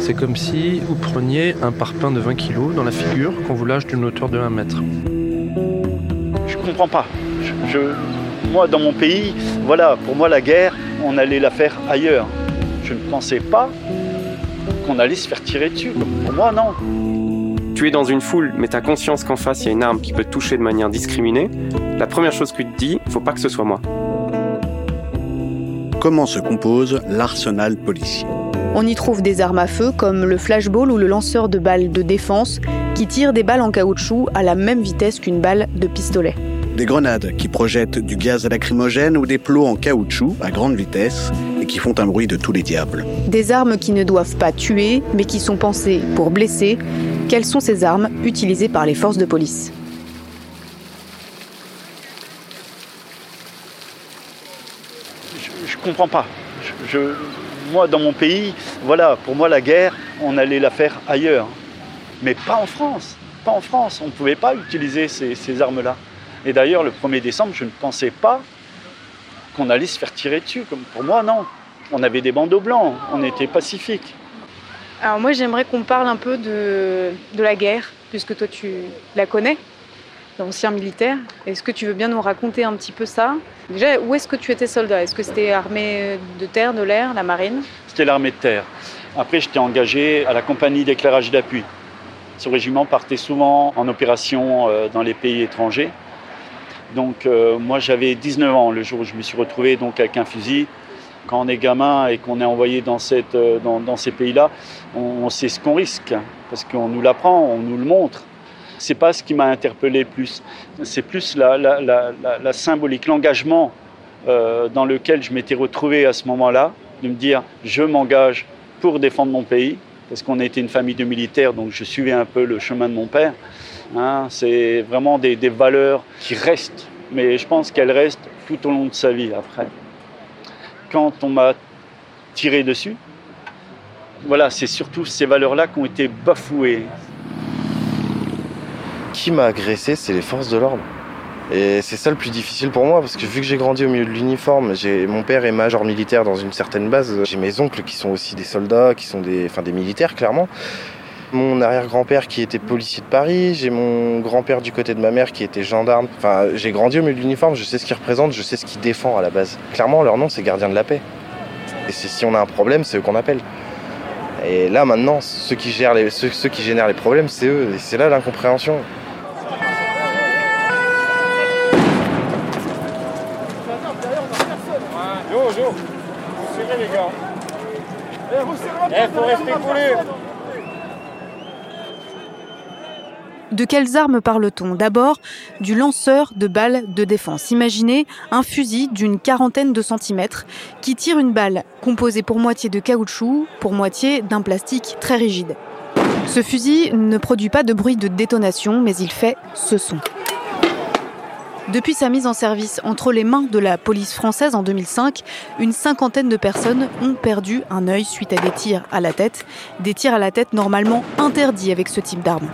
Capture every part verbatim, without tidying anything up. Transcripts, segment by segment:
C'est comme si vous preniez un parpaing de vingt kilos dans la figure qu'on vous lâche d'une hauteur de un mètre. Je comprends pas. Je, je, moi, dans mon pays, voilà, pour moi, la guerre, on allait la faire ailleurs. Je ne pensais pas qu'on allait se faire tirer dessus. Pour moi, non. Tu es dans une foule, mais tu as conscience qu'en face, il y a une arme qui peut te toucher de manière discriminée. La première chose que tu te dis, il ne faut pas que ce soit moi. Comment se compose l'arsenal policier ? On y trouve des armes à feu comme le flashball ou le lanceur de balles de défense qui tire des balles en caoutchouc à la même vitesse qu'une balle de pistolet. Des grenades qui projettent du gaz lacrymogène ou des plots en caoutchouc à grande vitesse et qui font un bruit de tous les diables. Des armes qui ne doivent pas tuer, mais qui sont pensées pour blesser. Quelles sont ces armes utilisées par les forces de police ? Je, je comprends pas. Je, je, moi, dans mon pays, voilà, pour moi, la guerre, on allait la faire ailleurs. Mais pas en France. Pas en France. On ne pouvait pas utiliser ces, ces armes-là. Et d'ailleurs, le premier décembre, je ne pensais pas qu'on allait se faire tirer dessus. Comme pour moi, non. On avait des bandeaux blancs, on était pacifiques. Alors moi, j'aimerais qu'on parle un peu de, de la guerre, puisque toi, tu la connais, l'ancien militaire. Est-ce que tu veux bien nous raconter un petit peu ça ? Déjà, où est-ce que tu étais soldat ? Est-ce que c'était armée de terre, de l'air, la marine ? C'était l'armée de terre. Après, j'étais engagé à la compagnie d'éclairage d'appui. Ce régiment partait souvent en opération dans les pays étrangers. Donc euh, moi j'avais dix-neuf ans le jour où je me suis retrouvé donc, avec un fusil. Quand on est gamin et qu'on est envoyé dans, cette, dans, dans ces pays-là, on, on sait ce qu'on risque, parce qu'on nous l'apprend, on nous le montre. C'est pas ce qui m'a interpellé plus, c'est plus la, la, la, la, la symbolique, l'engagement euh, dans lequel je m'étais retrouvé à ce moment-là, de me dire je m'engage pour défendre mon pays, parce qu'on était une famille de militaires, donc je suivais un peu le chemin de mon père. Hein, c'est vraiment des, des valeurs qui restent, mais je pense qu'elles restent tout au long de sa vie après. Quand on m'a tiré dessus, voilà, c'est surtout ces valeurs-là qui ont été bafouées. Qui m'a agressé, c'est les forces de l'ordre. Et c'est ça le plus difficile pour moi, parce que vu que j'ai grandi au milieu de l'uniforme, j'ai, mon père est major militaire dans une certaine base, j'ai mes oncles qui sont aussi des soldats, qui sont des, enfin, des militaires clairement. Mon arrière-grand-père qui était policier de Paris, j'ai mon grand-père du côté de ma mère qui était gendarme. Enfin, j'ai grandi au milieu de l'uniforme, je sais ce qu'ils représentent, je sais ce qu'ils défendent à la base. Clairement, leur nom, c'est gardien de la paix. Et c'est, si on a un problème, c'est eux qu'on appelle. Et là, maintenant, ceux qui, gèrent les, ceux, ceux qui génèrent les problèmes, c'est eux. Et c'est là l'incompréhension. Jo, Jo, serrez les gars. Eh, faut rester collé. De quelles armes parle-t-on ? D'abord, du lanceur de balles de défense. Imaginez un fusil d'une quarantaine de centimètres qui tire une balle composée pour moitié de caoutchouc, pour moitié d'un plastique très rigide. Ce fusil ne produit pas de bruit de détonation, mais il fait ce son. Depuis sa mise en service entre les mains de la police française en deux mille cinq, une cinquantaine de personnes ont perdu un œil suite à des tirs à la tête. Des tirs à la tête normalement interdits avec ce type d'arme.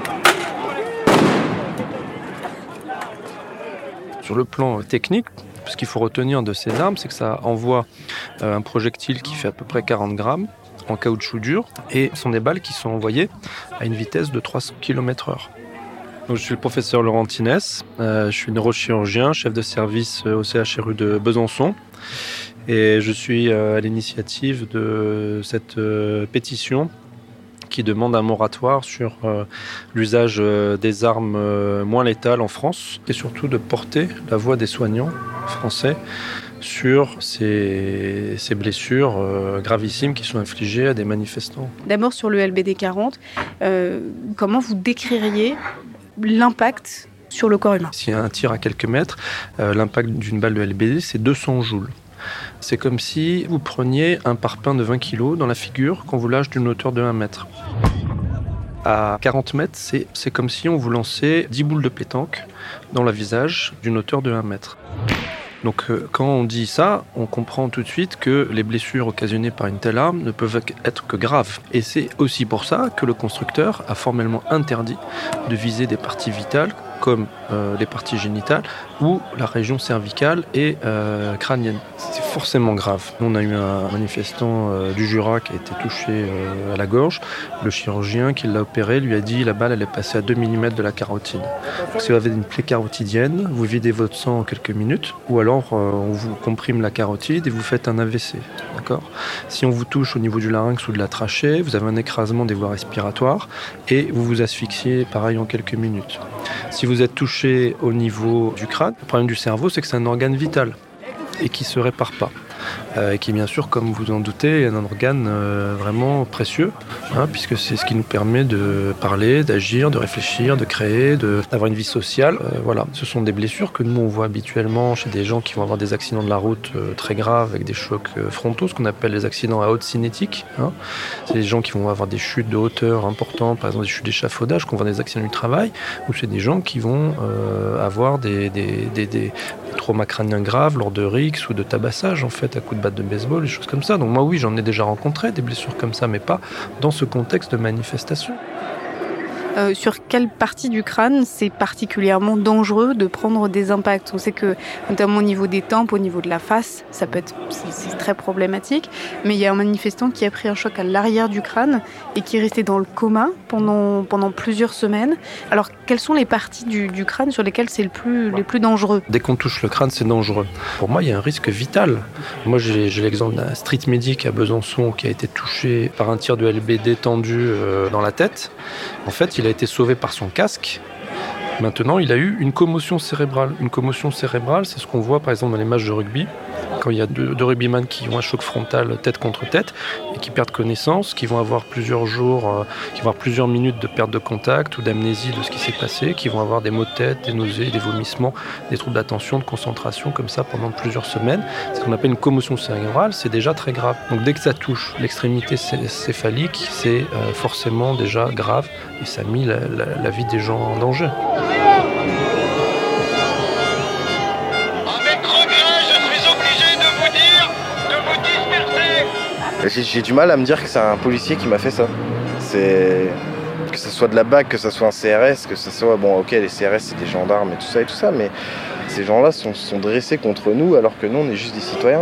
Sur le plan technique, ce qu'il faut retenir de ces armes, c'est que ça envoie un projectile qui fait à peu près quarante grammes en caoutchouc dur et ce sont des balles qui sont envoyées à une vitesse de trois cents kilomètres heure. Donc, je suis le professeur Laurent Tinès, euh, je suis neurochirurgien, chef de service au C H R U de Besançon et je suis euh, à l'initiative de cette euh, pétition qui demande un moratoire sur euh, l'usage euh, des armes euh, moins létales en France et surtout de porter la voix des soignants français sur ces, ces blessures euh, gravissimes qui sont infligées à des manifestants. D'abord sur le L B D quarante, euh, comment vous décririez l'impact sur le corps humain ? S'il y a un tir à quelques mètres, euh, l'impact d'une balle de L B D, c'est deux cents joules. C'est comme si vous preniez un parpaing de vingt kilos dans la figure qu'on vous lâche d'une hauteur de un mètre. À quarante mètres, c'est, c'est comme si on vous lançait dix boules de pétanque dans le visage d'une hauteur de un mètre. Donc euh, quand on dit ça, on comprend tout de suite que les blessures occasionnées par une telle arme ne peuvent être que graves. Et c'est aussi pour ça que le constructeur a formellement interdit de viser des parties vitales comme euh, les parties génitales ou la région cervicale et euh, crânienne. C'est forcément grave. On a eu un manifestant euh, du Jura qui a été touché euh, à la gorge. Le chirurgien qui l'a opéré lui a dit la balle elle est passée à deux millimètres de la carotide. Donc, si vous avez une plaie carotidienne, vous videz votre sang en quelques minutes ou alors euh, on vous comprime la carotide et vous faites un A V C. D'accord ? Si on vous touche au niveau du larynx ou de la trachée, vous avez un écrasement des voies respiratoires et vous vous asphyxiez pareil en quelques minutes. Si vous êtes touché au niveau du crâne, le problème du cerveau, c'est que c'est un organe vital et qui ne se répare pas. Euh, et qui, bien sûr, comme vous en doutez, est un organe euh, vraiment précieux, hein, puisque c'est ce qui nous permet de parler, d'agir, de réfléchir, de créer, de, d'avoir une vie sociale. Euh, voilà. Ce sont des blessures que nous, on voit habituellement chez des gens qui vont avoir des accidents de la route euh, très graves avec des chocs euh, frontaux, ce qu'on appelle les accidents à haute cinétique. Hein. C'est des gens qui vont avoir des chutes de hauteur importantes, par exemple des chutes d'échafaudage, qu'on voit des accidents du travail, ou c'est des gens qui vont euh, avoir des, des, des, des traumas crâniens graves lors de rixes ou de tabassage, en fait, à coups de batte de baseball, des choses comme ça. Donc moi, oui, j'en ai déjà rencontré des blessures comme ça, mais pas dans ce contexte de manifestation. Euh, sur quelle partie du crâne c'est particulièrement dangereux de prendre des impacts ? On sait que, notamment au niveau des tempes, au niveau de la face, ça peut être, c'est, c'est très problématique. Mais il y a un manifestant qui a pris un choc à l'arrière du crâne et qui est resté dans le coma pendant, pendant plusieurs semaines. Alors, quelles sont les parties du, du crâne sur lesquelles c'est le plus, les plus dangereux ? Dès qu'on touche le crâne, c'est dangereux. Pour moi, il y a un risque vital. Moi, j'ai, j'ai l'exemple d'un street medic à Besançon qui a été touché par un tir de L B D tendu euh, dans la tête. En fait, il a été sauvé par son casque. Maintenant, il a eu une commotion cérébrale. Une commotion cérébrale, c'est ce qu'on voit par exemple dans les matchs de rugby, quand il y a deux, deux rugbyman qui ont un choc frontal tête contre tête et qui perdent connaissance, qui vont avoir plusieurs jours, euh, qui vont avoir plusieurs minutes de perte de contact ou d'amnésie de ce qui s'est passé, qui vont avoir des maux de tête, des nausées, des vomissements, des troubles d'attention, de concentration, comme ça pendant plusieurs semaines. C'est ce qu'on appelle une commotion cérébrale, c'est déjà très grave. Donc dès que ça touche l'extrémité céphalique, c'est euh, forcément déjà grave et ça a mis la, la, la vie des gens en danger. J'ai, j'ai du mal à me dire que c'est un policier qui m'a fait ça. C'est... Que ce soit de la B A C, que ce soit un C R S, que ce soit... Bon, ok, les C R S, c'est des gendarmes et tout ça et tout ça, mais ces gens-là sont, sont dressés contre nous alors que nous, on est juste des citoyens.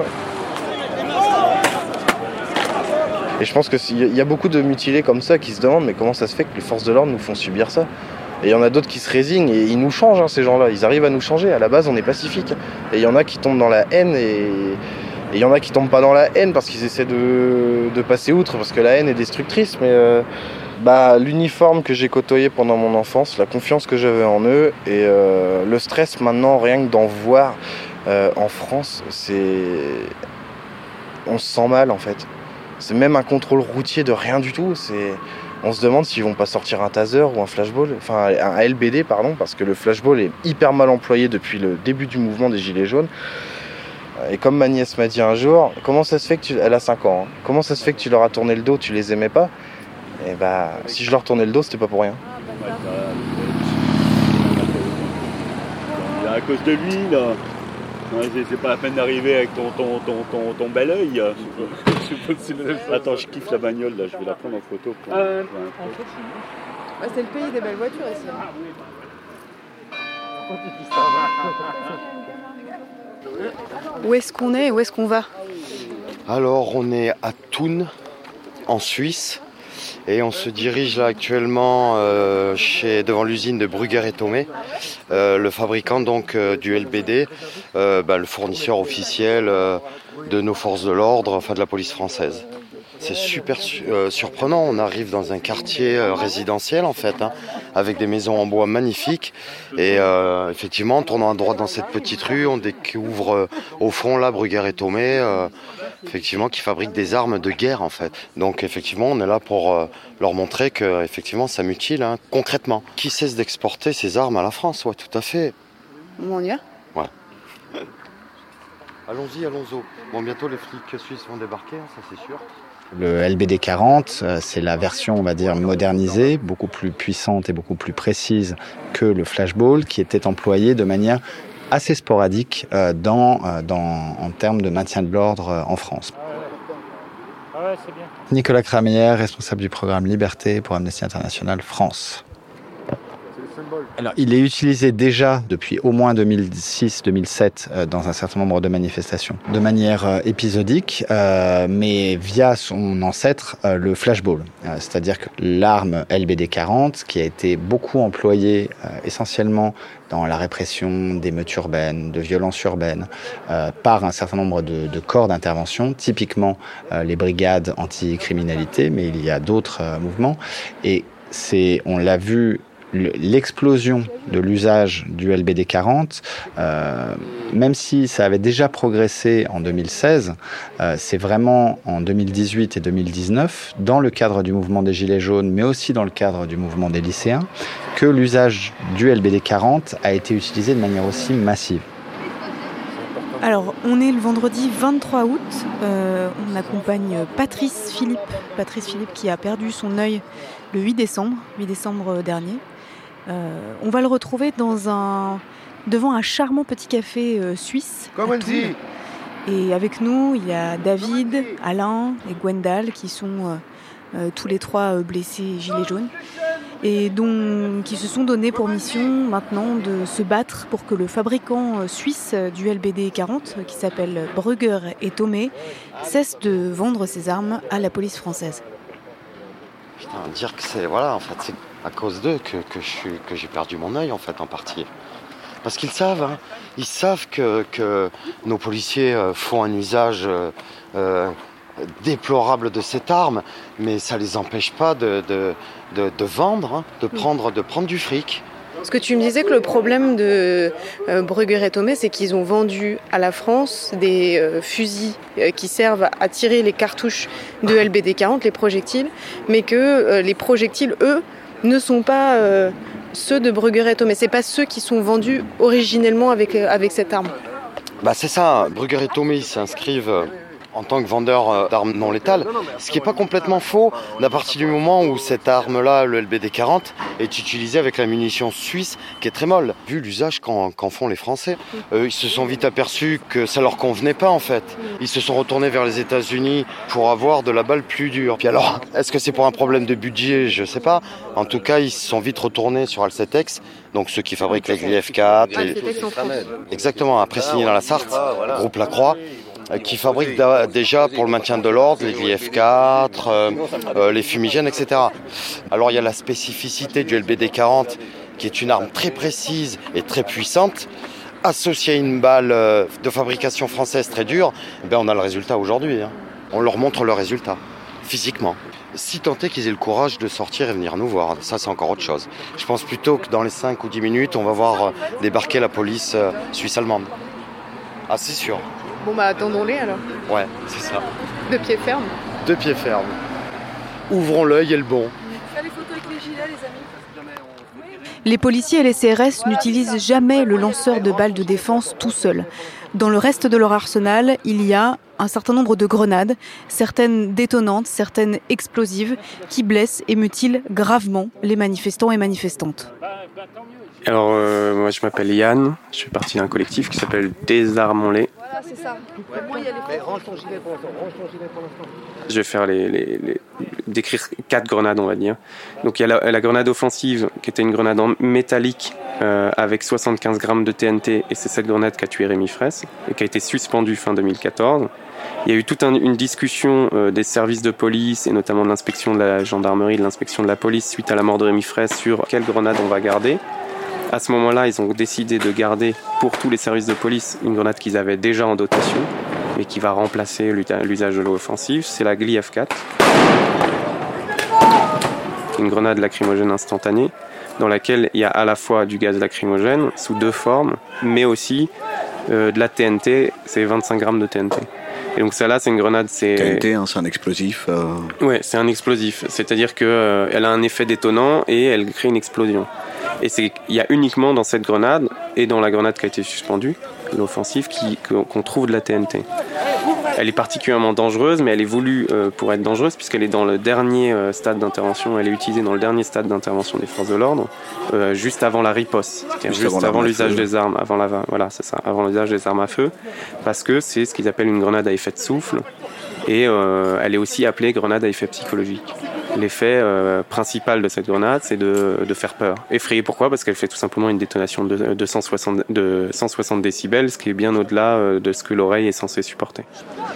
Et je pense qu'il y a beaucoup de mutilés comme ça qui se demandent mais comment ça se fait que les forces de l'ordre nous font subir ça ? Et il y en a d'autres qui se résignent et ils nous changent, hein, ces gens-là. Ils arrivent à nous changer. À la base, on est pacifique. Et il y en a qui tombent dans la haine et... Et il y en a qui tombent pas dans la haine parce qu'ils essaient de, de passer outre, parce que la haine est destructrice. Mais euh, bah, l'uniforme que j'ai côtoyé pendant mon enfance, la confiance que j'avais en eux et euh, le stress maintenant, rien que d'en voir euh, en France, c'est... on se sent mal en fait. C'est même un contrôle routier de rien du tout. C'est... On se demande s'ils vont pas sortir un taser ou un flashball, enfin un L B D pardon, parce que le flashball est hyper mal employé depuis le début du mouvement des Gilets jaunes. Et comme ma nièce m'a dit un jour, comment ça se fait que tu... Elle a cinq ans, hein. Comment ça se fait que tu leur as tourné le dos, tu les aimais pas ? Et bah, si je leur tournais le dos, c'était pas pour rien. À cause de lui, là. Ouais, c'est, c'est pas la peine d'arriver avec ton, ton, ton, ton, ton bel œil. Attends, je kiffe la bagnole, là. Je vais la prendre en photo. Pour... Euh, ouais, c'est le pays des belles voitures ici. Hein. Où est-ce qu'on est et où est-ce qu'on va ? Alors, on est à Thun, en Suisse, et on se dirige là actuellement euh, chez, devant l'usine de Brugger et Thomé, euh, le fabricant donc euh, du L B D, euh, bah, le fournisseur officiel euh, de nos forces de l'ordre, enfin de la police française. C'est super euh, surprenant, on arrive dans un quartier euh, résidentiel en fait, hein, avec des maisons en bois magnifiques et euh, effectivement en tournant à droite dans cette petite rue, on découvre euh, au fond là Brugger et Thomé, euh, effectivement qui fabriquent des armes de guerre en fait. Donc effectivement on est là pour euh, leur montrer que effectivement ça mutile hein, concrètement. Qui cesse d'exporter ces armes à la France, ouais tout à fait. On y va ? Ouais. Allons-y, allons-y. Bon bientôt les flics suisses vont débarquer, hein, ça c'est sûr. Le L B D quarante, c'est la version, on va dire, modernisée, beaucoup plus puissante et beaucoup plus précise que le flashball, qui était employé de manière assez sporadique dans, dans, en termes de maintien de l'ordre en France. Ah ouais, c'est bien. Nicolas Cramière, responsable du programme Liberté pour Amnesty International France. C'est Alors, il est utilisé déjà depuis au moins deux mille six deux mille sept euh, dans un certain nombre de manifestations, de manière euh, épisodique, euh, mais via son ancêtre, euh, le flashball. Euh, c'est-à-dire que l'arme L B D quarante, qui a été beaucoup employée euh, essentiellement dans la répression d'émeutes urbaines, de violences urbaines, euh, par un certain nombre de, de corps d'intervention, typiquement euh, les brigades anticriminalité, mais il y a d'autres euh, mouvements. Et c'est, on l'a vu, l'explosion de l'usage du L B D quarante, euh, même si ça avait déjà progressé en deux mille seize, euh, c'est vraiment en deux mille dix-huit et deux mille dix-neuf, dans le cadre du mouvement des Gilets jaunes, mais aussi dans le cadre du mouvement des lycéens, que l'usage du L B D quarante a été utilisé de manière aussi massive. Alors, on est le vendredi vingt-trois août, euh, on accompagne Patrice Philippe, Patrice Philippe qui a perdu son œil le huit décembre, huit décembre dernier. Euh, on va le retrouver dans un, devant un charmant petit café euh, suisse. Comme dit. Et avec nous, il y a David, Alain et Gwendal qui sont euh, euh, tous les trois euh, blessés gilets jaunes et dont, qui se sont donnés pour mission maintenant de se battre pour que le fabricant euh, suisse du L B D quarante, qui s'appelle Brugger et Thomé, cesse de vendre ses armes à la police française. Putain, dire que c'est, voilà, en fait, c'est à cause d'eux que, que, je suis, que j'ai perdu mon œil, en fait, en partie. Parce qu'ils savent, hein, ils savent que, que nos policiers font un usage euh, déplorable de cette arme, mais ça les empêche pas de, de, de, de vendre, hein, de, prendre, de prendre du fric. Parce que tu me disais que le problème de euh, Brugger et Thomé, c'est qu'ils ont vendu à la France des euh, fusils euh, qui servent à tirer les cartouches de L B D quarante, les projectiles, mais que euh, les projectiles, eux, ne sont pas euh, ceux de Brugger et Thomé. C'est pas ceux qui sont vendus originellement avec, euh, avec cette arme. Bah c'est ça, Brugger et Thomé, ils s'inscrivent euh, en tant que vendeurs d'armes non létales, ce qui n'est pas complètement faux à partir du moment où cette arme-là, le L B D quarante, est utilisée avec la munition suisse qui est très molle. Vu l'usage qu'en, qu'en font les Français, euh, ils se sont vite aperçus que ça leur convenait pas en fait. Ils se sont retournés vers les États-Unis pour avoir de la balle plus dure. Puis alors, est-ce que c'est pour un problème de budget? Je sais pas. En tout cas, ils se sont vite retournés sur Alcetex, donc ceux qui fabriquent les Gli F quatre. Les... Exactement, après signé dans la Sarthe, groupe Lacroix, qui fabrique da- déjà pour le maintien de l'ordre les Gli F quatre, euh, euh, les fumigènes, et cetera. Alors il y a la spécificité du L B D quarante, qui est une arme très précise et très puissante, associée à une balle euh, de fabrication française très dure. Eh bien, on a le résultat aujourd'hui. Hein. On leur montre le résultat, physiquement. Si tant est qu'ils aient le courage de sortir et venir nous voir, ça c'est encore autre chose. Je pense plutôt que dans les cinq ou dix minutes, on va voir euh, débarquer la police euh, suisse-allemande. Ah, c'est sûr. Bon bah attendons-les alors. Ouais, c'est ça. De pied ferme. De pied ferme. Ouvrons l'œil et le bon. Fais les photos avec les gilets, les amis. Les policiers et les C R S n'utilisent jamais le lanceur de balles de défense tout seul. Dans le reste de leur arsenal, il y a un certain nombre de grenades, certaines détonantes, certaines explosives, qui blessent et mutilent gravement les manifestants et manifestantes. Alors, euh, moi je m'appelle Yann, je fais partie d'un collectif qui s'appelle Désarmons-les. Voilà, c'est ça. Ouais. Moi, il y a les... Range ton gilet pour l'instant, range ton gilet pour l'instant. Je vais faire les, les, les, décrire quatre grenades, on va dire. Donc il y a la, la grenade offensive, qui était une grenade en métallique euh, avec soixante-quinze grammes de T N T, et c'est cette grenade qui a tué Rémi Fraisse, et qui a été suspendue fin deux mille quatorze. Il y a eu toute un, une discussion euh, des services de police, et notamment de l'inspection de la gendarmerie, de l'inspection de la police, suite à la mort de Rémi Fraisse, sur quelle grenade on va garder. À ce moment-là, ils ont décidé de garder pour tous les services de police une grenade qu'ils avaient déjà en dotation, mais qui va remplacer l'usage de l'eau offensive. C'est la Gli F quatre, une grenade lacrymogène instantanée, dans laquelle il y a à la fois du gaz lacrymogène sous deux formes, mais aussi euh, de la T N T, c'est vingt-cinq grammes de T N T. Et donc celle-là, c'est une grenade, c'est... T N T, hein, c'est un explosif. Euh... Ouais, c'est un explosif. C'est-à-dire qu'elle euh, a un effet détonnant et elle crée une explosion. Et c'est, il y a uniquement dans cette grenade et dans la grenade qui a été suspendue, l'offensive, qui, qu'on trouve de la T N T. Elle est particulièrement dangereuse, mais elle est voulue euh, pour être dangereuse puisqu'elle est dans le dernier euh, stade d'intervention. Elle est utilisée dans le dernier stade d'intervention des forces de l'ordre, euh, juste avant la riposte, c'est-à-dire juste, juste avant, avant l'usage des armes, avant la, voilà, c'est ça, avant l'usage des armes à feu, parce que c'est ce qu'ils appellent une grenade à effet de souffle, et euh, elle est aussi appelée grenade à effet psychologique. l'effet euh, principal de cette grenade, c'est de, de faire peur. Effrayer, pourquoi ? Parce qu'elle fait tout simplement une détonation de, de, cent soixante, de cent soixante décibels, ce qui est bien au-delà euh, de ce que l'oreille est censée supporter.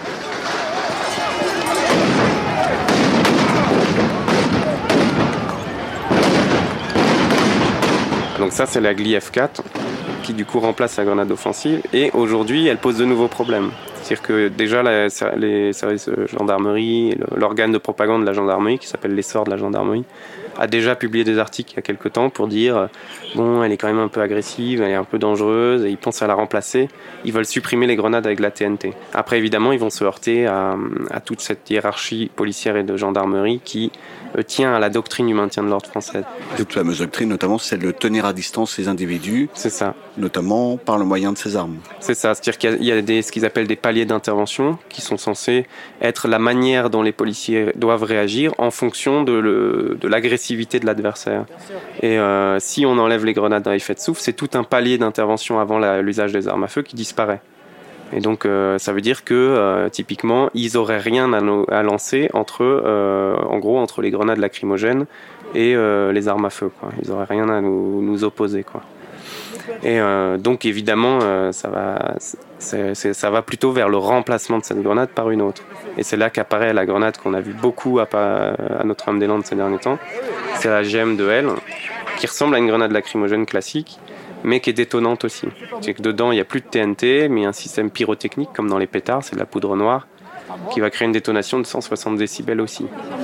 Donc ça, c'est la Gli F quatre qui du coup remplace la grenade offensive et aujourd'hui, elle pose de nouveaux problèmes. C'est-à-dire que déjà, la, les services de gendarmerie, l'organe de propagande de la gendarmerie, qui s'appelle l'essor de la gendarmerie, a déjà publié des articles il y a quelques temps pour dire bon, elle est quand même un peu agressive, elle est un peu dangereuse, et ils pensent à la remplacer. Ils veulent supprimer les grenades avec la T N T. Après, évidemment, ils vont se heurter à, à toute cette hiérarchie policière et de gendarmerie qui euh, tient à la doctrine du maintien de l'ordre français. Cette fameuse doctrine, notamment, c'est de tenir à distance ces individus. C'est ça. Notamment par le moyen de ces armes. C'est ça. C'est-à-dire qu'il y a, il y a des, ce qu'ils appellent des paliers d'intervention qui sont censés être la manière dont les policiers doivent réagir en fonction de, le, de l'agressivité de l'adversaire. Et euh, si on enlève les grenades à effet de souffle, c'est tout un palier d'intervention avant la, l'usage des armes à feu qui disparaît. Et donc euh, ça veut dire que euh, typiquement ils auraient rien à, no- à lancer entre, euh, en gros, entre les grenades lacrymogènes et euh, les armes à feu, quoi. Ils auraient rien à nous, nous opposer, quoi. Et euh, donc évidemment euh, ça va, c'est, c'est, ça va plutôt vers le remplacement de cette grenade par une autre. Et c'est là qu'apparaît la grenade qu'on a vu beaucoup à, à Notre-Dame-des-Landes ces derniers temps. C'est la G M deux L, qui ressemble à une grenade lacrymogène classique, mais qui est détonnante aussi. C'est que dedans, il n'y a plus de T N T, mais un système pyrotechnique, comme dans les pétards, c'est de la poudre noire, qui va créer une détonation de cent soixante décibels aussi.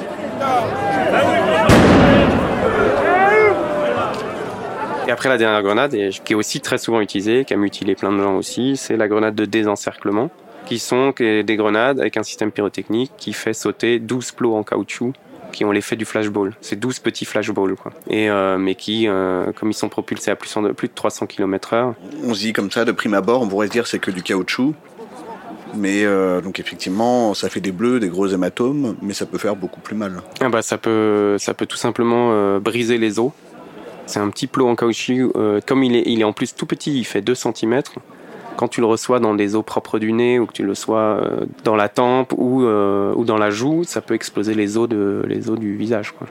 Et après, la dernière grenade, et qui est aussi très souvent utilisée, qui a mutilé plein de gens aussi, c'est la grenade de désencerclement, qui sont des grenades avec un système pyrotechnique qui fait sauter douze plots en caoutchouc, qui ont l'effet du flashball. C'est douze petits flashballs, quoi. Et, euh, mais qui, euh, comme ils sont propulsés à plus, de, plus de trois cents kilomètres heure... On se dit comme ça, de prime abord, on pourrait se dire c'est que du caoutchouc. Mais euh, donc effectivement, ça fait des bleus, des gros hématomes, mais ça peut faire beaucoup plus mal. Ah bah, ça peut, ça peut tout simplement euh, briser les os. C'est un petit plot en caoutchouc. Euh, comme il est, il est en plus tout petit, il fait deux centimètres. Quand tu le reçois dans des os propres du nez ou que tu le reçois euh, dans la tempe ou, euh, ou dans la joue, ça peut exploser les os, de, les os du visage, quoi.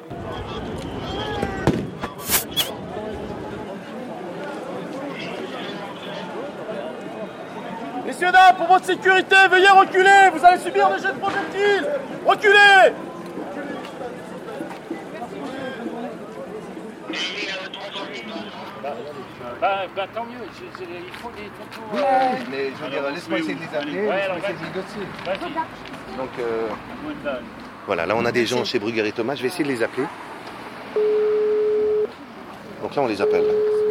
Messieurs, dames, pour votre sécurité, veuillez reculer. Vous allez subir des jets de projectiles. Reculez. Bah, bah tant mieux, je, je, il faut des photos. Oui, euh... mais je veux dire, laisse-moi essayer de les appeler, ouais, laisse-moi essayer de négocier. Donc, euh... voilà, là on a des gens chez Brugger et Thomas, je vais essayer de les appeler. Donc là on les appelle.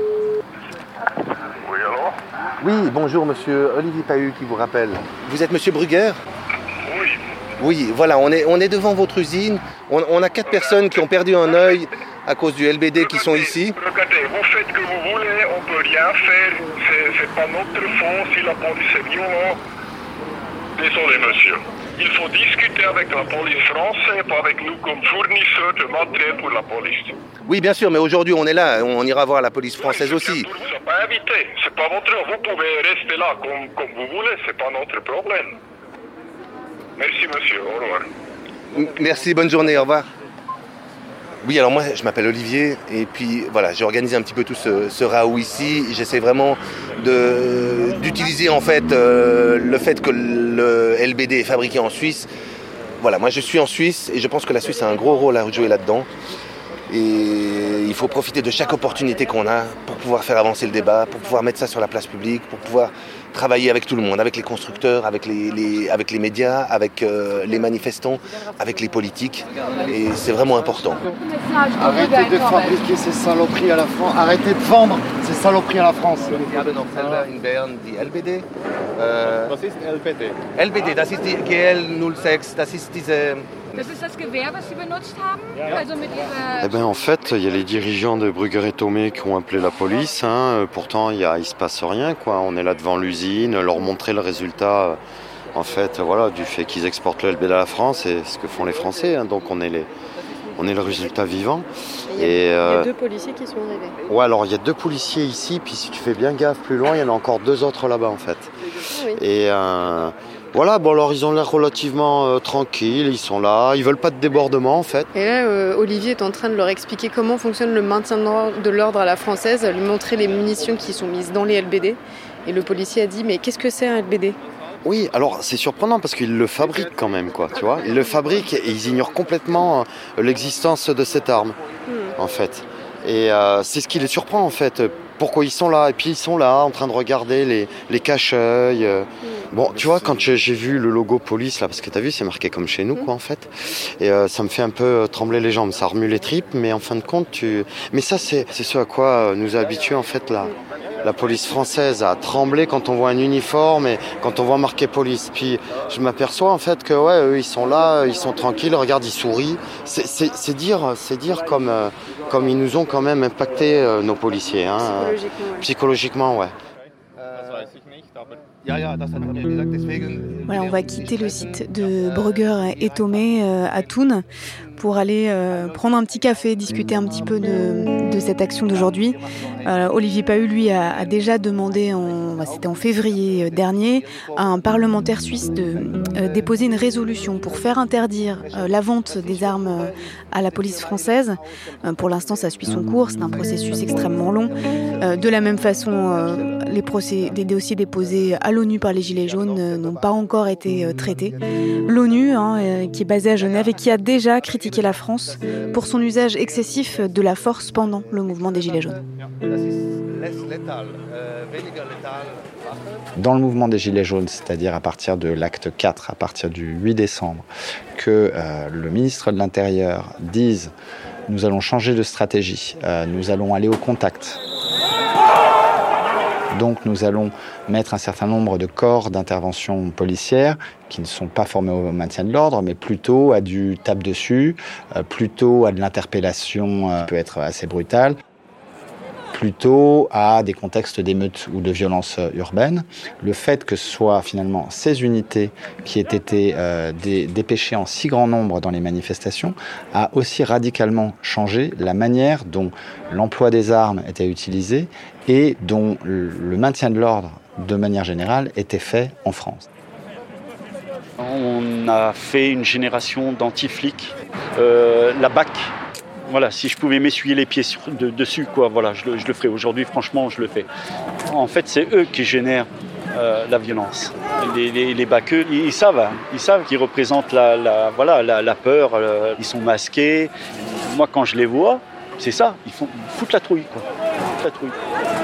Oui, alors ? Oui, bonjour monsieur, Olivier Pahu qui vous rappelle. Vous êtes monsieur Brugger ? Oui. Oui, voilà, on est, on est devant votre usine. On, on a quatre personnes qui ont perdu un œil à cause du L B D qui sont ici. Regardez, vous faites ce que vous voulez, on peut rien faire. C'est, c'est pas notre faute si la police est violente. Désolé, monsieur. Il faut discuter avec la police française, pas avec nous comme fournisseurs de matériel pour la police. Oui, bien sûr, mais aujourd'hui on est là, on ira voir la police française oui, aussi. Pour vous a pas invité, c'est pas votre. Vous pouvez rester là comme, comme vous voulez, c'est pas notre problème. Merci, monsieur. Au revoir. M- merci, bonne journée. Au revoir. Oui, alors moi, je m'appelle Olivier. Et puis, voilà, j'ai organisé un petit peu tout ce, ce raout ici. J'essaie vraiment de, d'utiliser, en fait, euh, le fait que le L B D est fabriqué en Suisse. Voilà, moi, je suis en Suisse et je pense que la Suisse a un gros rôle à jouer là-dedans. Et il faut profiter de chaque opportunité qu'on a pour pouvoir faire avancer le débat, pour pouvoir mettre ça sur la place publique, pour pouvoir travailler avec tout le monde, avec les constructeurs, avec les, les, avec les médias, avec euh, les manifestants, avec les politiques. Et c'est vraiment important. Arrêtez de fabriquer ces saloperies à la France. Arrêtez de vendre ces saloperies à la France. Wir haben noch selber in Bern die L B D. Äh, Was ist L B D? L B D, das ist die G L null sechs, das ist diese... Das ist das Gewehr, was Sie benutzt haben? Also mit Ihrer... Eh ben, en fait, il y a les dirigeants de Brugger et Thomé qui ont appelé la police. Hein. Pourtant, il ne se passe rien, quoi. On est là devant l'usine, leur montrer le résultat en fait, voilà, du fait qu'ils exportent le L B D à la France et ce que font les Français. Hein. Donc, on est, les, on est le résultat vivant. Il y, a, et, euh... il y a deux policiers qui sont arrivés. Ouais, alors il y a deux policiers ici, puis si tu fais bien gaffe plus loin, il y en a encore deux autres là-bas, en fait. Oui. Et... Euh, Voilà, bon alors ils ont l'air relativement euh, tranquilles, ils sont là, ils veulent pas de débordement en fait. Et là, euh, Olivier est en train de leur expliquer comment fonctionne le maintien de l'ordre à la française, lui montrer les munitions qui sont mises dans les L B D. Et le policier a dit, mais qu'est-ce que c'est un L B D ? Oui, alors c'est surprenant parce qu'ils le fabriquent quand même, quoi, tu vois. Ils le fabriquent et ils ignorent complètement l'existence de cette arme, hmm. en fait. Et euh, c'est ce qui les surprend, en fait. Pourquoi ils sont là ? Et puis ils sont là, en train de regarder les, les cache-œils. Hmm. Bon, tu vois, quand j'ai vu le logo police, là, parce que t'as vu, c'est marqué comme chez nous, quoi, en fait. Et euh, ça me fait un peu trembler les jambes, ça remue les tripes, mais en fin de compte, tu... Mais ça, c'est ce à quoi nous a habitués, en fait, là. La police française à trembler quand on voit un uniforme et quand on voit marqué police. Puis je m'aperçois en fait que ouais, eux ils sont là, ils sont tranquilles, regarde, ils sourient. C'est dire, c'est dire comme, euh, comme ils nous ont quand même impacté euh, nos policiers. Hein, Psychologiquement, ouais. Psychologiquement, ouais. Voilà, on va quitter le site de Brugger et Thomé euh, à Thun pour aller euh, prendre un petit café, discuter un petit peu de, de cette action d'aujourd'hui. Euh, Olivier Pahu, lui, a, a déjà demandé, en, bah, c'était en février dernier, à un parlementaire suisse de euh, déposer une résolution pour faire interdire euh, la vente des armes euh, à la police française. Euh, pour l'instant, ça suit son cours, c'est un processus extrêmement long. Euh, de la même façon, euh, les, procès, les dossiers déposés à l'ONU par les Gilets jaunes euh, n'ont pas encore été euh, traités. L'ONU, hein, euh, qui est basée à Genève et qui a déjà critiqué la France pour son usage excessif de la force pendant le mouvement des Gilets jaunes. Dans le mouvement des Gilets jaunes, c'est-à-dire à partir de l'acte quatre, à partir du huit décembre, que euh, le ministre de l'Intérieur dise « nous allons changer de stratégie, euh, nous allons aller au contact ». Donc nous allons mettre un certain nombre de corps d'intervention policière qui ne sont pas formés au maintien de l'ordre, mais plutôt à du tape-dessus, euh, plutôt à de l'interpellation euh, qui peut être assez brutale, plutôt à des contextes d'émeutes ou de violences urbaines. Le fait que ce soit finalement ces unités qui aient été euh, dé- dépêchées en si grand nombre dans les manifestations a aussi radicalement changé la manière dont l'emploi des armes était utilisé et dont le maintien de l'ordre, de manière générale, était fait en France. On a fait une génération d'anti-flics. Euh, la B A C, voilà, si je pouvais m'essuyer les pieds sur, de, dessus, quoi, voilà, je le, je le ferais. Aujourd'hui, franchement, je le fais. En fait, c'est eux qui génèrent euh, la violence. Les, les, les baqueux, ils, ils savent, hein, ils savent qu'ils représentent la, la, voilà, la, la peur. Euh, ils sont masqués. Moi, quand je les vois, c'est ça. Ils, font, ils foutent la trouille, quoi. Ils foutent la trouille.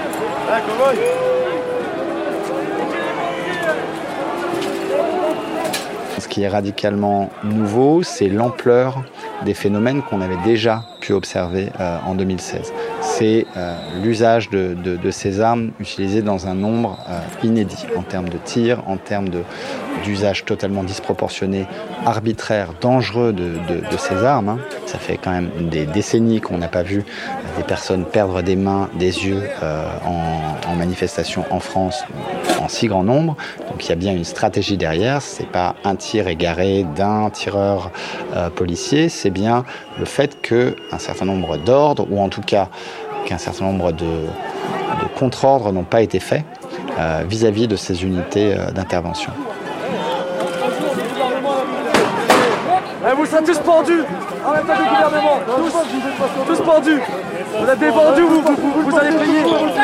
Ce qui est radicalement nouveau, c'est l'ampleur des phénomènes qu'on avait déjà pu observer euh, en deux mille seize. C'est euh, l'usage de, de, de ces armes utilisées dans un nombre euh, inédit en termes de tirs, en termes de, d'usage totalement disproportionné, arbitraire, dangereux de, de, de ces armes. Hein. Ça fait quand même des décennies qu'on n'a pas vu des personnes perdre des mains, des yeux euh, en, en manifestation en France en si grand nombre. Donc il y a bien une stratégie derrière. C'est pas un tir égaré d'un tireur euh, policier, c'est bien le fait qu'un certain nombre d'ordres, ou en tout cas qu'un certain nombre de, de contre-ordres n'ont pas été faits euh, vis-à-vis de ces unités euh, d'intervention. Eh, vous serez tous pendus en même temps que le gouvernement. Tous, tous pendus. Vous êtes des vendus, vous, vous, vous, vous allez payer.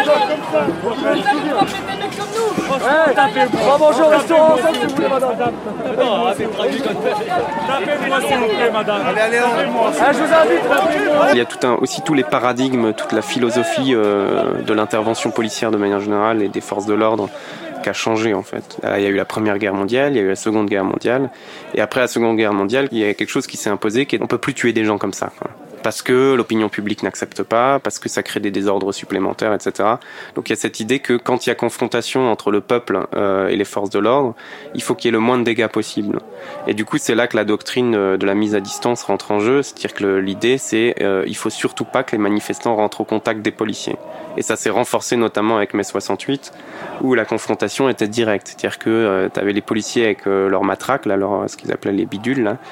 Ouais, on va manger au restaurant ensemble si vous voulez, madame. Non, tapez-moi s'il vous plaît, madame. Allez, allez, je vous invite. Il y a tout un, aussi tous les paradigmes, toute la philosophie euh, de l'intervention policière de manière générale et des forces de l'ordre qui a changé en fait. Il y a eu la Première Guerre mondiale, il y a eu la Seconde Guerre mondiale, et après la Seconde Guerre mondiale, il y a quelque chose qui s'est imposé, qui est on peut plus tuer des gens comme ça, quoi. Parce que l'opinion publique n'accepte pas, parce que ça crée des désordres supplémentaires, et cetera. Donc il y a cette idée que quand il y a confrontation entre le peuple euh, et les forces de l'ordre, il faut qu'il y ait le moins de dégâts possible. Et du coup, c'est là que la doctrine de la mise à distance rentre en jeu, c'est-à-dire que l'idée, c'est euh, il faut surtout pas que les manifestants rentrent au contact des policiers. Et ça s'est renforcé notamment avec mai soixante-huit, où la confrontation était directe, c'est-à-dire que euh, tu avais les policiers avec euh, leurs matraques, là, leur, ce qu'ils appelaient les bidules, là,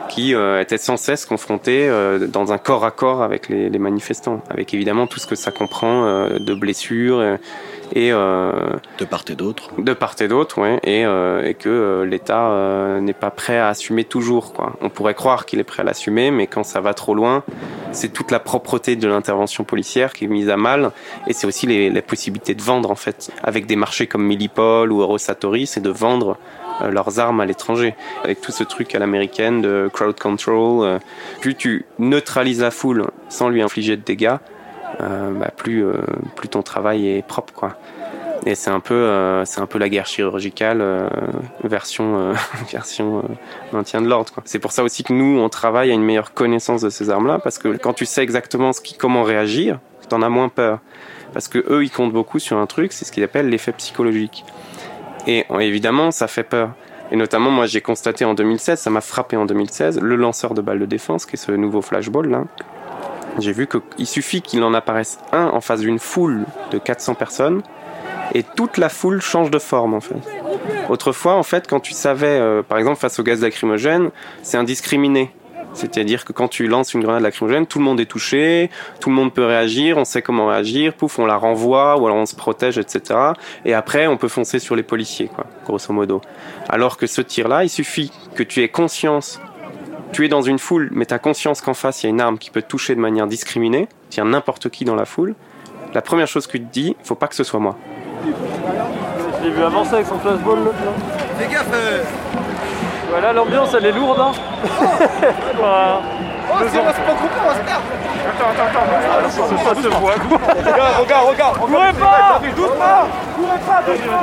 qui euh, étaient sans cesse confrontés euh, dans un corps à corps avec les, les manifestants, avec évidemment tout ce que ça comprend euh, de blessures et, et euh, de part et d'autre. De part et d'autre, ouais, et, euh, et que euh, l'État euh, n'est pas prêt à assumer toujours, quoi. On pourrait croire qu'il est prêt à l'assumer, mais quand ça va trop loin, c'est toute la propreté de l'intervention policière qui est mise à mal, et c'est aussi les, les possibilités de vendre en fait, avec des marchés comme Millipol ou Eurosatori, c'est de vendre euh, leurs armes à l'étranger, avec tout ce truc à l'américaine de crowd control. Euh, plus tu neutralises la foule sans lui infliger de dégâts, Euh, bah, plus euh, plus ton travail est propre, quoi. Et c'est un peu euh, c'est un peu la guerre chirurgicale euh, version euh, version euh, maintien de l'ordre, quoi. C'est pour ça aussi que nous on travaille à une meilleure connaissance de ces armes-là, parce que quand tu sais exactement ce qui comment réagir, t'en as moins peur, parce que eux ils comptent beaucoup sur un truc, c'est ce qu'ils appellent l'effet psychologique. Et évidemment ça fait peur. Et notamment moi j'ai constaté en deux mille seize, ça m'a frappé en deux mille seize, le lanceur de balles de défense, qui est ce nouveau flashball là. J'ai vu qu'il suffit qu'il en apparaisse un en face d'une foule de quatre cents personnes et toute la foule change de forme en fait. Autrefois en fait quand tu savais euh, par exemple face au gaz lacrymogène, c'est indiscriminé. C'est-à-dire que quand tu lances une grenade lacrymogène, tout le monde est touché, tout le monde peut réagir, on sait comment réagir, pouf, on la renvoie ou alors on se protège, et cetera. Et après on peut foncer sur les policiers, quoi, grosso modo. Alors que ce tir-là, il suffit que tu aies conscience. Tu es dans une foule, mais tu as conscience qu'en face, il y a une arme qui peut te toucher de manière discriminée, tire n'importe qui dans la foule. La première chose que tu te dis, il ne faut pas que ce soit moi. Je l'ai vu avancer avec son flashball, l'autre, là. Fais gaffe euh... Voilà, l'ambiance, elle est lourde, hein. Voilà. Oh, si on va se pas couper, on va se perdre. Attends, attends, attends. Ça, ça se voit. Regarde, regarde, regarde. Courez pas. Doucement. Courez pas, doucement.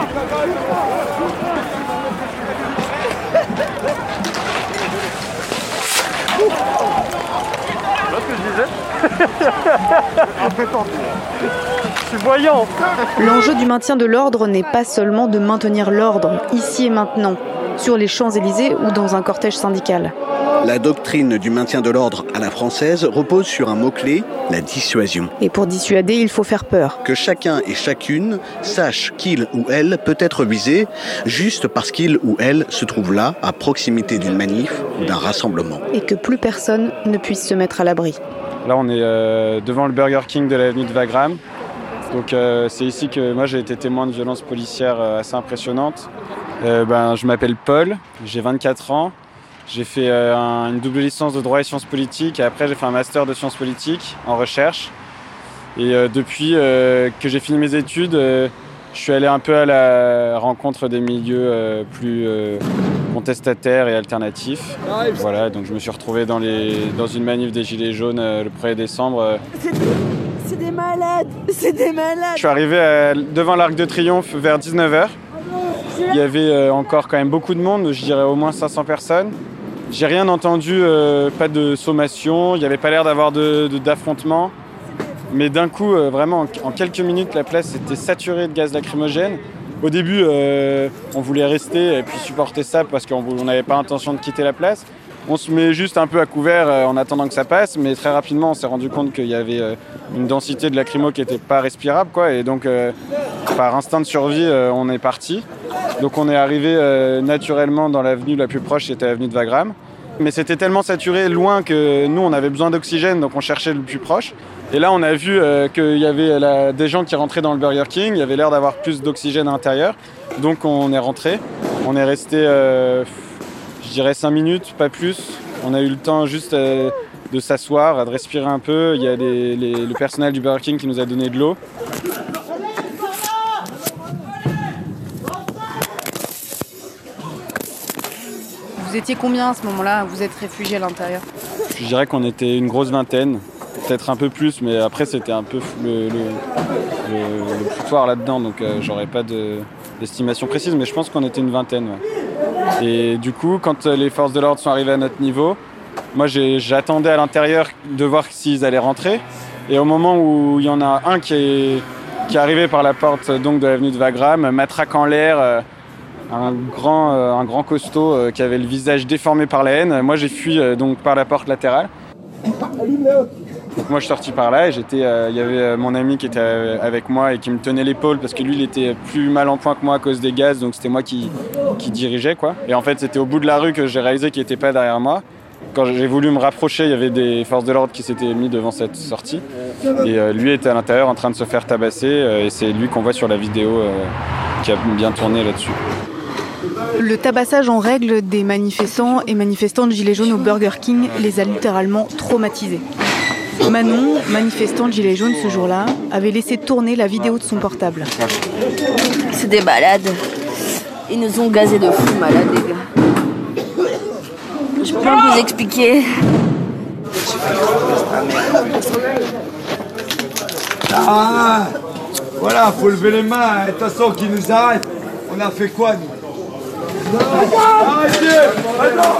Tu vois ce que je disais? Je suis voyant. L'enjeu du maintien de l'ordre n'est pas seulement de maintenir l'ordre, ici et maintenant, sur les Champs-Élysées ou dans un cortège syndical. La doctrine du maintien de l'ordre à la française repose sur un mot-clé, la dissuasion. Et pour dissuader, il faut faire peur. Que chacun et chacune sache qu'il ou elle peut être visé juste parce qu'il ou elle se trouve là, à proximité d'une manif ou d'un rassemblement. Et que plus personne ne puisse se mettre à l'abri. Là, on est euh, devant le Burger King de l'avenue de Wagram. Donc euh, c'est ici que moi j'ai été témoin de violences policières euh, assez impressionnantes. Euh, ben, je m'appelle Paul, j'ai vingt-quatre ans. J'ai fait euh, un, une double licence de droit et sciences politiques et après j'ai fait un master de sciences politiques en recherche. Et euh, depuis euh, que j'ai fini mes études, euh, je suis allé un peu à la rencontre des milieux euh, plus euh, contestataires et alternatifs. Voilà, donc je me suis retrouvé dans, les, dans une manif des Gilets jaunes euh, le premier décembre. Euh. C'est, des, c'est des malades, c'est des malades. Je suis arrivé à, devant l'Arc de Triomphe vers dix-neuf heures. Il y avait euh, encore quand même beaucoup de monde, je dirais au moins cinq cents personnes. J'ai rien entendu, euh, pas de sommation, il n'y avait pas l'air d'avoir de, de, d'affrontement. Mais d'un coup, euh, vraiment, en, en quelques minutes, la place était saturée de gaz lacrymogène. Au début, euh, on voulait rester et puis supporter ça parce qu'on n'avait pas intention de quitter la place. On se met juste un peu à couvert euh, en attendant que ça passe, mais très rapidement, on s'est rendu compte qu'il y avait euh, une densité de lacrymo qui n'était pas respirable, quoi. Et donc, euh, par instinct de survie, euh, on est parti. Donc, on est arrivé euh, naturellement dans l'avenue la plus proche, c'était l'avenue de Wagram. Mais c'était tellement saturé, loin, que nous, on avait besoin d'oxygène, donc on cherchait le plus proche. Et là, on a vu euh, qu'il y avait la, des gens qui rentraient dans le Burger King. Il y avait l'air d'avoir plus d'oxygène à l'intérieur. Donc, on est rentré. On est resté, euh, je dirais, cinq minutes, pas plus. On a eu le temps juste euh, de s'asseoir, de respirer un peu. Il y a les, les, le personnel du Burger King qui nous a donné de l'eau. Vous étiez combien à ce moment-là? Vous êtes réfugiés à l'intérieur? Je dirais qu'on était une grosse vingtaine, peut-être un peu plus, mais après c'était un peu le, le, le, le foutoir là-dedans, donc euh, j'aurais pas de, d'estimation précise, mais je pense qu'on était une vingtaine. Ouais. Et du coup, quand les forces de l'ordre sont arrivées à notre niveau, moi j'ai, j'attendais à l'intérieur de voir s'ils allaient rentrer, et au moment où il y en a un qui est, qui est arrivé par la porte donc, de l'avenue de Wagram, matraque en l'air, euh, Un grand, euh, un grand costaud euh, qui avait le visage déformé par la haine. Moi, j'ai fui euh, donc par la porte latérale. Moi, je suis sorti par là et j'étais, euh, y avait euh, mon ami qui était euh, avec moi et qui me tenait l'épaule parce que lui, il était plus mal en point que moi à cause des gaz, donc c'était moi qui, qui dirigeais, quoi. Et en fait, c'était au bout de la rue que j'ai réalisé qu'il n'était pas derrière moi. Quand j'ai voulu me rapprocher, il y avait des forces de l'ordre qui s'étaient mis devant cette sortie. Et euh, lui était à l'intérieur en train de se faire tabasser. Euh, et c'est lui qu'on voit sur la vidéo euh, qui a bien tourné là-dessus. Le tabassage en règle des manifestants et manifestantes gilets jaunes au Burger King les a littéralement traumatisés. Manon, manifestante gilet jaune ce jour-là, avait laissé tourner la vidéo de son portable. C'est des malades. Ils nous ont gazés de fou malades, les gars. Je peux pas vous expliquer. Ah, voilà, faut lever les mains. De toute façon, qui nous arrête, on a fait quoi, nous? Arrêtez! Attends!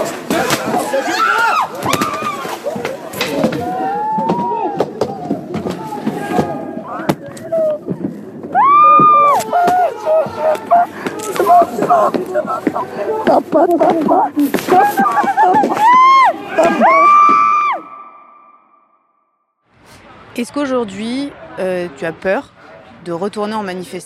Est-ce qu'aujourd'hui, euh, tu as peur de retourner en manifestation ?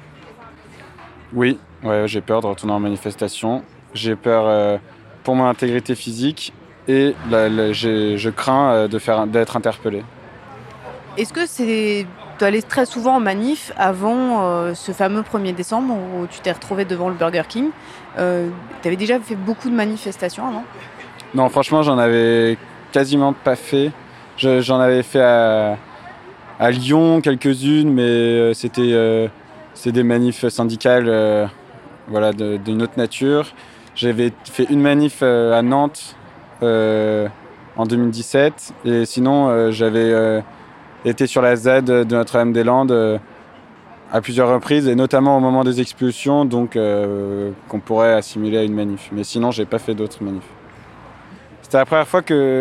Oui, ouais, j'ai peur de retourner en manifestation. J'ai peur euh, pour mon intégrité physique et la, la, j'ai, je crains euh, de faire, d'être interpellé. Est-ce que c'est... tu allais très souvent en manif avant euh, ce fameux premier décembre où tu t'es retrouvé devant le Burger King. Euh, tu avais déjà fait beaucoup de manifestations avant ? Non, franchement, j'en avais quasiment pas fait. Je, j'en avais fait à, à Lyon quelques-unes, mais euh, c'était euh, c'est des manifs syndicales euh, voilà, de, d'une autre nature. J'avais fait une manif euh, à Nantes euh, en deux mille dix-sept, et sinon euh, j'avais euh, été sur la Z de Notre-Dame-des-Landes euh, à plusieurs reprises, et notamment au moment des expulsions, donc euh, qu'on pourrait assimiler à une manif. Mais sinon, j'ai pas fait d'autres manifs. C'était la première fois que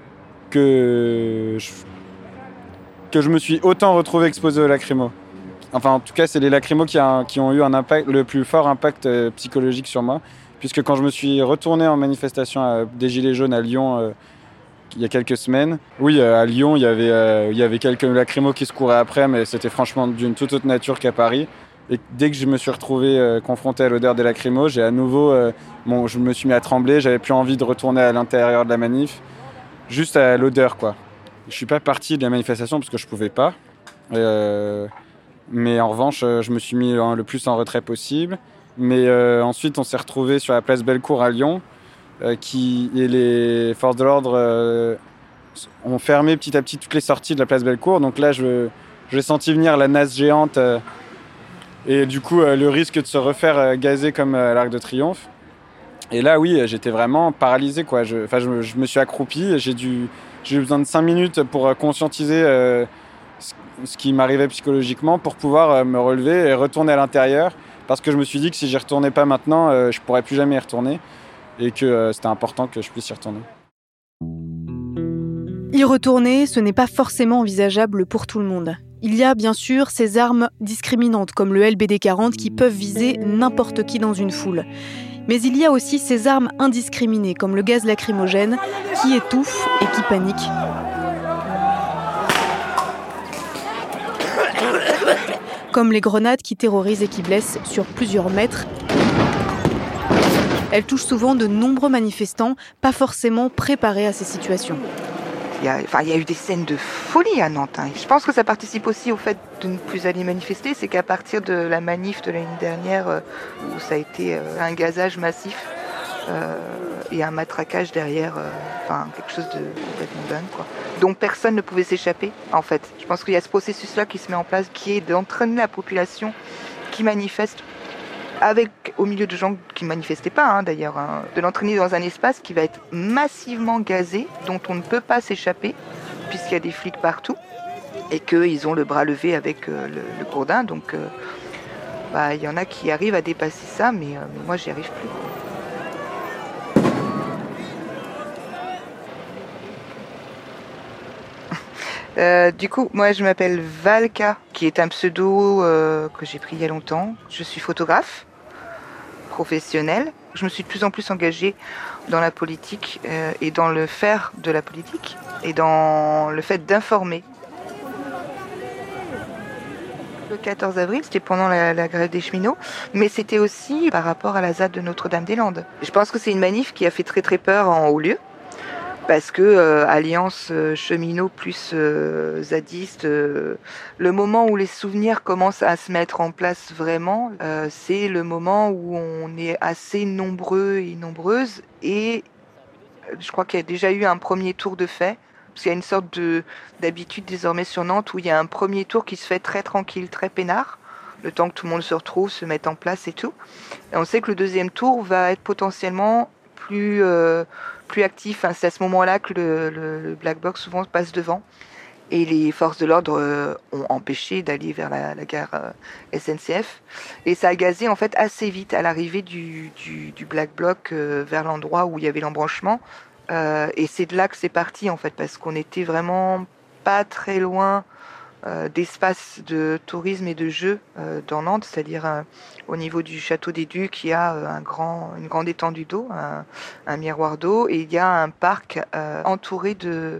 que je, que je me suis autant retrouvé exposé aux lacrymos. Enfin, en tout cas, c'est les lacrymos qui, a, qui ont eu un impact, le plus fort impact euh, psychologique sur moi, puisque quand je me suis retourné en manifestation à, des Gilets jaunes à Lyon euh, il y a quelques semaines, oui, euh, à Lyon, il y avait, euh, il y avait quelques lacrymos qui se couraient après, mais c'était franchement d'une toute autre nature qu'à Paris. Et dès que je me suis retrouvé euh, confronté à l'odeur des lacrymos, j'ai à nouveau, euh, bon, je me suis mis à trembler, j'avais plus envie de retourner à l'intérieur de la manif, juste à l'odeur, quoi. Je suis pas parti de la manifestation parce que je pouvais pas. Euh, mais en revanche, je me suis mis le plus en retrait possible. Mais euh, ensuite, on s'est retrouvés sur la place Bellecour à Lyon, euh, qui, et les forces de l'ordre euh, ont fermé petit à petit toutes les sorties de la place Bellecour. Donc là, je, j'ai senti venir la nasse géante euh, et du coup, euh, le risque de se refaire euh, gazer comme à l'Arc de Triomphe. Et là, oui, j'étais vraiment paralysé, quoi. Je, enfin, je, je me suis accroupi et j'ai, dû, j'ai eu besoin de cinq minutes pour conscientiser euh, ce, ce qui m'arrivait psychologiquement pour pouvoir euh, me relever et retourner à l'intérieur. Parce que je me suis dit que si j'y retournais pas maintenant, euh, je pourrais plus jamais y retourner. Et que euh, c'était important que je puisse y retourner. Y retourner, ce n'est pas forcément envisageable pour tout le monde. Il y a bien sûr ces armes discriminantes comme le L B D quarante qui peuvent viser n'importe qui dans une foule. Mais il y a aussi ces armes indiscriminées, comme le gaz lacrymogène, qui étouffe et qui panique. Comme les grenades qui terrorisent et qui blessent sur plusieurs mètres. Elles touchent souvent de nombreux manifestants, pas forcément préparés à ces situations. Il y a, enfin, il y a eu des scènes de folie à Nantes. Hein. Je pense que ça participe aussi au fait de ne plus aller manifester. C'est qu'à partir de la manif de l'année dernière, euh, où ça a été euh, un gazage massif euh, et un matraquage derrière, euh, enfin quelque chose de complètement dingue, quoi. Donc personne ne pouvait s'échapper, en fait. Je pense qu'il y a ce processus-là qui se met en place, qui est d'entraîner la population qui manifeste avec, au milieu de gens qui ne manifestaient pas, hein, d'ailleurs, hein, de l'entraîner dans un espace qui va être massivement gazé, dont on ne peut pas s'échapper, puisqu'il y a des flics partout, et qu'ils ont le bras levé avec euh, le, le gourdin. Donc, euh, bah, y en a qui arrivent à dépasser ça, mais, euh, mais moi, j'y arrive plus. Euh, du coup, moi, je m'appelle Valka, qui est un pseudo euh, que j'ai pris il y a longtemps. Je suis photographe professionnelle. Je me suis de plus en plus engagée dans la politique euh, et dans le faire de la politique et dans le fait d'informer. Le quatorze avril, c'était pendant la, la grève des cheminots, mais c'était aussi par rapport à la Z A D de Notre-Dame-des-Landes. Je pense que c'est une manif qui a fait très très peur en haut lieu, Parce que euh, alliance euh, cheminot plus euh, zadiste, euh, le moment où les souvenirs commencent à se mettre en place vraiment, euh, c'est le moment où on est assez nombreux et nombreuses. Et je crois qu'il y a déjà eu un premier tour de fait. Parce qu'il y a une sorte de, d'habitude désormais sur Nantes où il y a un premier tour qui se fait très tranquille, très peinard, le temps que tout le monde se retrouve, se mette en place et tout. Et on sait que le deuxième tour va être potentiellement plus, euh, plus actif. Hein. C'est à ce moment-là que le, le, le Black Box souvent passe devant. Et les forces de l'ordre euh, ont empêché d'aller vers la, la gare euh, S N C F. Et ça a gazé en fait assez vite à l'arrivée du, du, du Black Bloc euh, vers l'endroit où il y avait l'embranchement. Euh, et c'est de là que c'est parti en fait, parce qu'on était vraiment pas très loin euh, d'espaces de tourisme et de jeux euh, dans Nantes, c'est-à-dire euh, au niveau du château des Ducs, il y a euh, un grand, une grande étendue d'eau, un, un miroir d'eau, et il y a un parc euh, entouré de,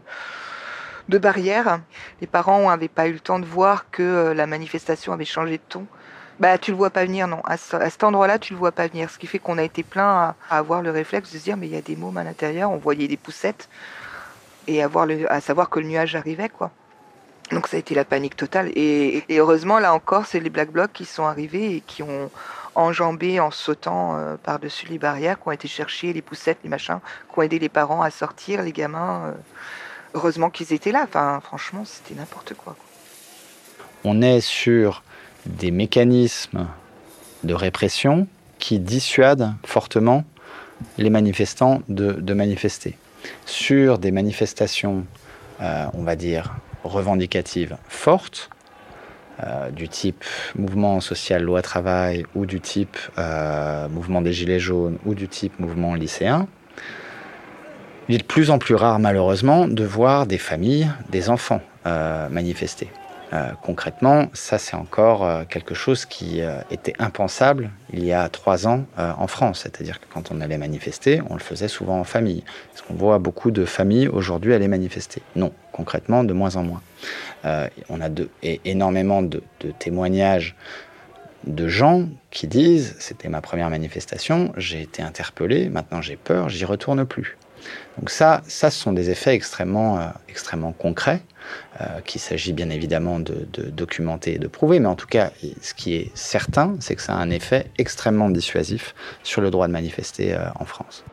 de barrières. Les parents n'avaient pas eu le temps de voir que euh, la manifestation avait changé de ton. Bah, tu le vois pas venir, non. À, ce, à cet endroit-là, tu le vois pas venir. Ce qui fait qu'on a été plein à, à avoir le réflexe de se dire, mais il y a des mômes à l'intérieur. On voyait des poussettes et à, voir le, à savoir que le nuage arrivait, quoi. Donc ça a été la panique totale. Et, et heureusement, là encore, c'est les Black Blocs qui sont arrivés et qui ont enjambé en sautant euh, par-dessus les barrières, qui ont été chercher les poussettes, les machins, qui ont aidé les parents à sortir, les gamins. Euh, heureusement qu'ils étaient là. Enfin, franchement, c'était n'importe quoi, quoi. On est sur des mécanismes de répression qui dissuadent fortement les manifestants de, de manifester. Sur des manifestations, euh, on va dire, revendicatives fortes, euh, du type mouvement social loi travail ou du type euh, mouvement des gilets jaunes ou du type mouvement lycéen, il est de plus en plus rare malheureusement de voir des familles, des enfants euh, manifester. Euh, concrètement, ça c'est encore euh, quelque chose qui euh, était impensable il y a trois ans euh, en France. C'est-à-dire que quand on allait manifester, on le faisait souvent en famille. Est-ce qu'on voit beaucoup de familles aujourd'hui aller manifester ? Non, concrètement, de moins en moins. Euh, on a de, et énormément de, de témoignages de gens qui disent « c'était ma première manifestation, j'ai été interpellé, maintenant j'ai peur, j'y retourne plus ». Donc ça, ça, ce sont des effets extrêmement, euh, extrêmement concrets, euh, qu'il s'agit bien évidemment de, de documenter et de prouver, mais en tout cas, ce qui est certain, c'est que ça a un effet extrêmement dissuasif sur le droit de manifester euh, en France.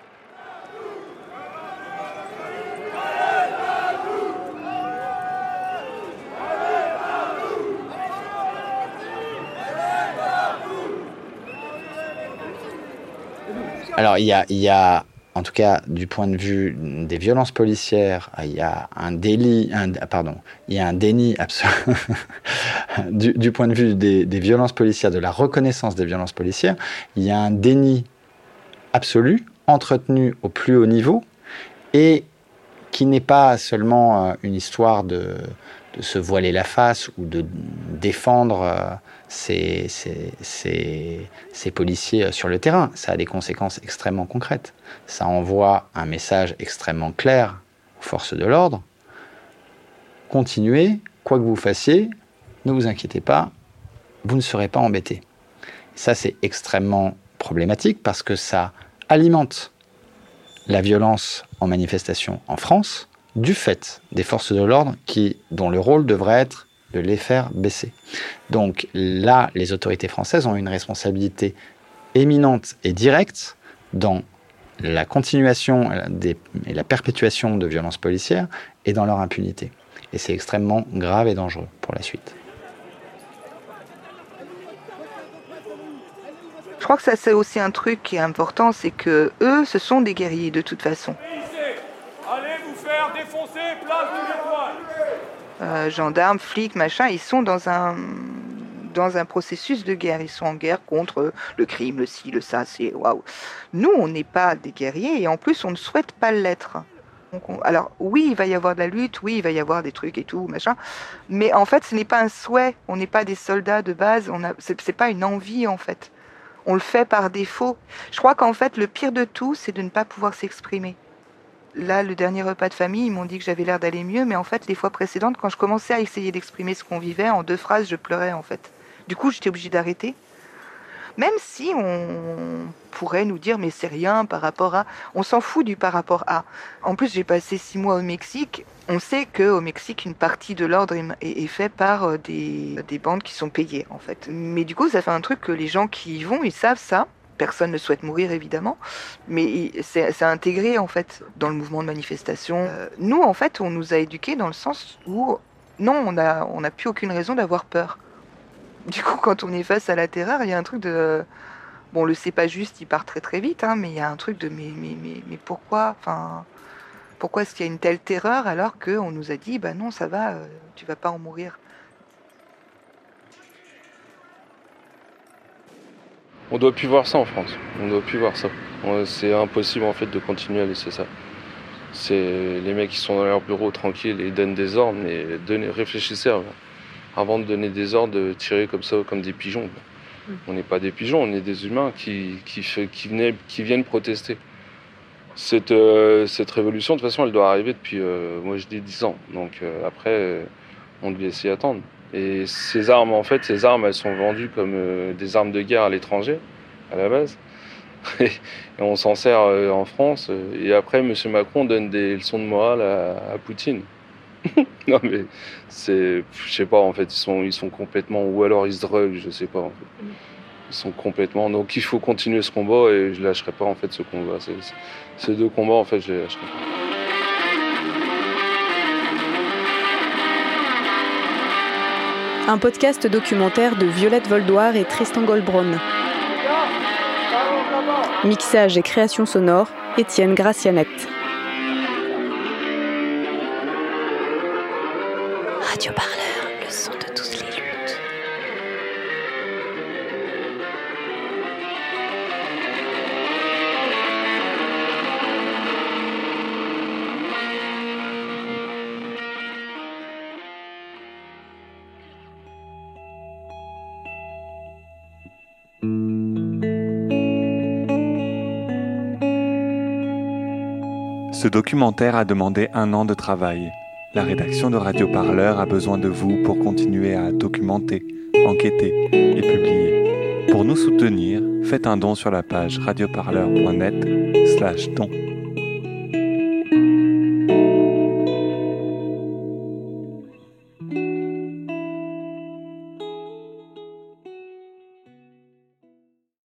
Alors, il y a... Il y a En tout cas, du point de vue des violences policières, il y a un délit, un, pardon, il y a un déni absolu. du, du point de vue des, des violences policières, de la reconnaissance des violences policières, il y a un déni absolu, entretenu au plus haut niveau, et qui n'est pas seulement une histoire de, de se voiler la face ou de défendre ces, ces, ces, ces policiers sur le terrain. Ça a des conséquences extrêmement concrètes. Ça envoie un message extrêmement clair aux forces de l'ordre. Continuez, quoi que vous fassiez, ne vous inquiétez pas, vous ne serez pas embêtés. Ça, c'est extrêmement problématique parce que ça alimente la violence en manifestation en France du fait des forces de l'ordre qui, dont le rôle devrait être de les faire baisser. Donc là, les autorités françaises ont une responsabilité éminente et directe dans la continuation des, et la perpétuation de violences policières et dans leur impunité. Et c'est extrêmement grave et dangereux pour la suite. Je crois que ça c'est aussi un truc qui est important, c'est que eux, ce sont des guerriers de toute façon. Allez vous faire défoncer, place de l'étoile. Euh, gendarmes, flics, machin, ils sont dans un dans un processus de guerre. Ils sont en guerre contre le crime, le ci, le ça. C'est waouh. Nous, on n'est pas des guerriers et en plus, on ne souhaite pas l'être. Donc on, alors oui, il va y avoir de la lutte, oui, il va y avoir des trucs et tout, machin. Mais en fait, ce n'est pas un souhait. On n'est pas des soldats de base. On a, c'est, c'est pas une envie en fait. On le fait par défaut. Je crois qu'en fait, le pire de tout, c'est de ne pas pouvoir s'exprimer. Là, le dernier repas de famille, ils m'ont dit que j'avais l'air d'aller mieux, mais en fait, les fois précédentes, quand je commençais à essayer d'exprimer ce qu'on vivait, en deux phrases, je pleurais, en fait. Du coup, j'étais obligée d'arrêter. Même si on pourrait nous dire mais c'est rien par rapport à... On s'en fout du par rapport à. En plus, j'ai passé six mois au Mexique. On sait qu'au Mexique, une partie de l'ordre est, est fait par des, des bandes qui sont payées, en fait. Mais du coup, ça fait un truc que les gens qui y vont, ils savent ça. Personne ne souhaite mourir, évidemment, mais c'est, c'est intégré, en fait, dans le mouvement de manifestation. Euh, nous, en fait, on nous a éduqués dans le sens où, non, on n'a on a plus aucune raison d'avoir peur. Du coup, quand on est face à la terreur, il y a un truc de... Bon, le c'est pas juste, il part très très vite, hein, mais il y a un truc de... Mais, mais, mais, mais pourquoi enfin, pourquoi est-ce qu'il y a une telle terreur alors qu'on nous a dit, bah non, ça va, euh, tu vas pas en mourir. On doit plus voir ça en France. On doit plus voir ça. C'est impossible en fait de continuer à laisser ça. C'est les mecs qui sont dans leur bureau tranquilles et donnent des ordres, mais donnez, réfléchissez avant, avant de donner des ordres, de tirer comme ça comme des pigeons. Mm. On n'est pas des pigeons, on est des humains qui qui, qui, venaient, qui viennent protester. Cette euh, cette révolution de toute façon elle doit arriver depuis euh, moi je dis dix ans. Donc euh, après euh, on devait s'y attendre. Et ces armes, en fait, ces armes, elles sont vendues comme euh, des armes de guerre à l'étranger, à la base. Et on s'en sert euh, en France. Et après, M. Macron donne des leçons de morale à, à Poutine. Non, mais c'est... Je sais pas, en fait, ils sont, ils sont complètement... Ou alors ils se droguent, je sais pas, en fait. Ils sont complètement... Donc il faut continuer ce combat et je lâcherai pas, en fait, ce combat. C'est, c'est... Ces deux combats, en fait, je les lâcherai pas. Un podcast documentaire de Violette Voldoir et Tristan Goldbraun. Mixage et création sonore, Étienne Gracianette. Radio Parleur, le son de toutes les luttes. Ce documentaire a demandé un an de travail. La rédaction de Radio Parleur a besoin de vous pour continuer à documenter, enquêter et publier. Pour nous soutenir, faites un don sur la page radioparleur point net slash don.